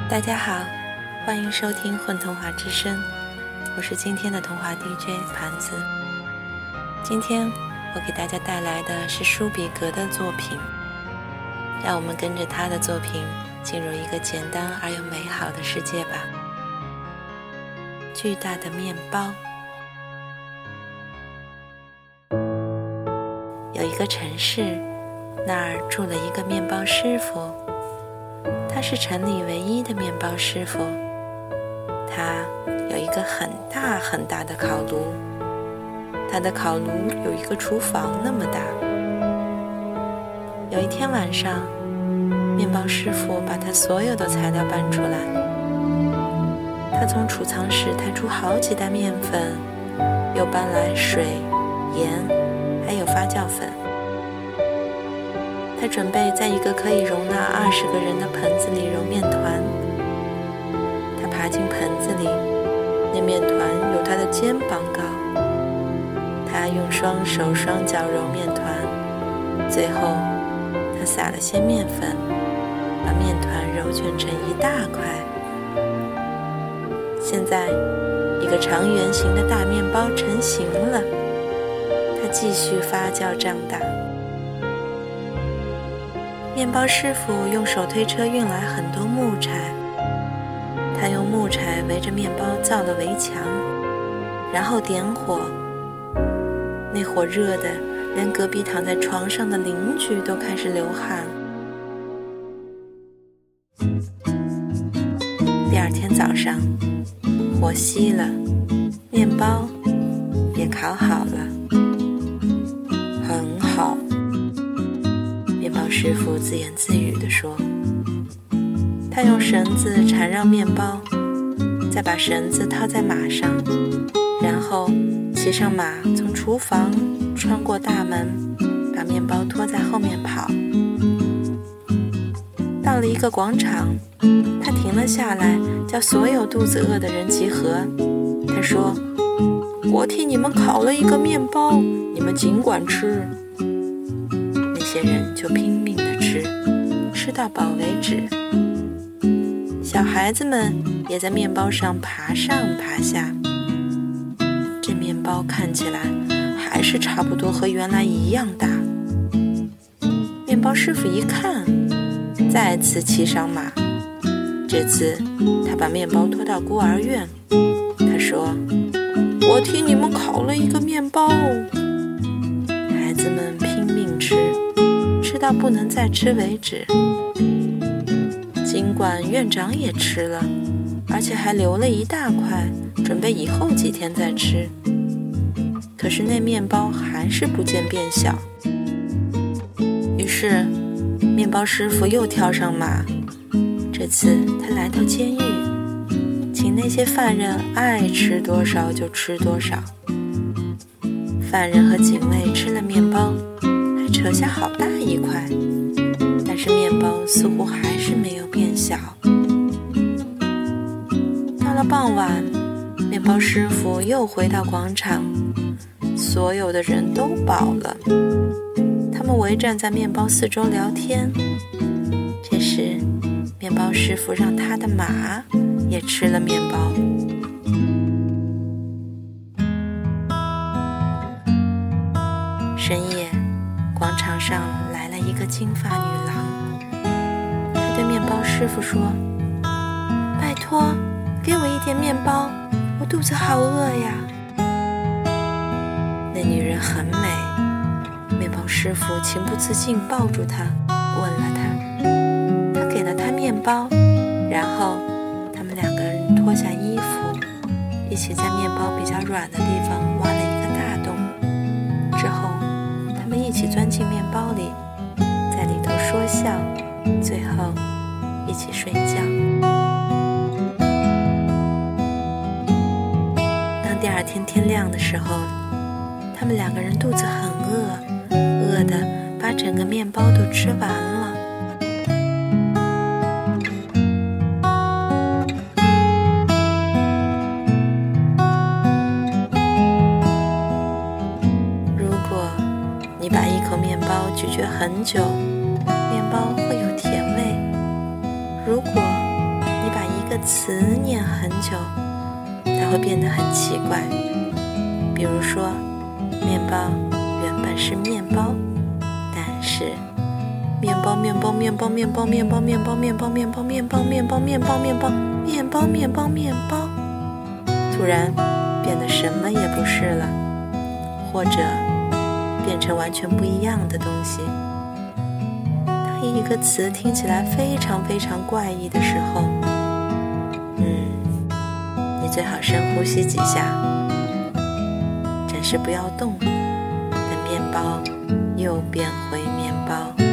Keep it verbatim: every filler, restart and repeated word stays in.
大家好，欢迎收听混童话之声，我是今天的童话 D J 盘子。今天我给大家带来的是舒比格的作品，让我们跟着他的作品进入一个简单而又美好的世界吧。巨大的面包。有一个城市，那儿住了一个面包师傅，他是城里唯一的面包师傅。他有一个很大很大的烤炉，他的烤炉有一个厨房那么大。有一天晚上，面包师傅把他所有的材料搬出来，他从储藏室抬出好几袋面粉，又搬来水、盐还有发酵粉。他准备在一个可以容纳二十个人的盆子里揉面团。他爬进盆子里，那面团有他的肩膀高。他用双手双脚揉面团，最后他撒了些面粉，把面团揉卷成一大块。现在一个长圆形的大面包成型了，它继续发酵长大。面包师傅用手推车运来很多木柴，他用木柴围着面包造了围墙，然后点火。那火热的连隔壁躺在床上的邻居都开始流汗。第二天早上，火熄了，面包也烤好了。很好，面包师傅自言自语地说。他用绳子缠绕面包，再把绳子套在马上，然后骑上马，从厨房穿过大门，把面包拖在后面跑。到了一个广场，他停了下来，叫所有肚子饿的人集合。他说：我替你们烤了一个面包，你们尽管吃。那些人就拼命地吃，吃到饱为止。小孩子们也在面包上爬上爬下。这面包看起来还是差不多和原来一样大。面包师傅一看，再次骑上马。这次他把面包拖到孤儿院。他说：我替你们烤了一个面包。孩子们拼命吃，吃到不能再吃为止。尽管院长也吃了，而且还留了一大块，准备以后几天再吃。可是那面包还是不见变小。于是面包师傅又跳上马，这次他来到监狱，请那些犯人爱吃多少就吃多少。犯人和警卫吃了面包，还扯下好大一块，但是面包似乎还是没有变小。到了傍晚，面包师傅又回到广场，所有的人都饱了，他们围站在面包四周聊天。这时面包师傅让他的马也吃了面包。深夜，广场上来了一个金发女郎，她对面包师傅说：拜托，给我一点面包，我肚子好饿呀。那女人很美，面包师傅情不自禁抱住她，吻了她。他给了她面包，然后他们两个人脱下衣服，一起在面包比较软的地方挖了一个大洞。之后他们一起钻进面包里，在里头说笑，最后一起睡觉。当第二天天亮的时候，他们两个人肚子很饿，饿得把整个面包都吃完了。如果你把一口面包咀嚼很久，面包会有甜味。如果你把词念很久，它会变得很奇怪。比如说，面包原本是面包，但是面包面包面包面包面包面包面包面包面包面包面包面包面包面包面包，突然变得什么也不是了，或者变成完全不一样的东西。当一个词听起来非常非常怪异的时候，嗯，你最好深呼吸几下，暂时不要动，等面包又变回面包。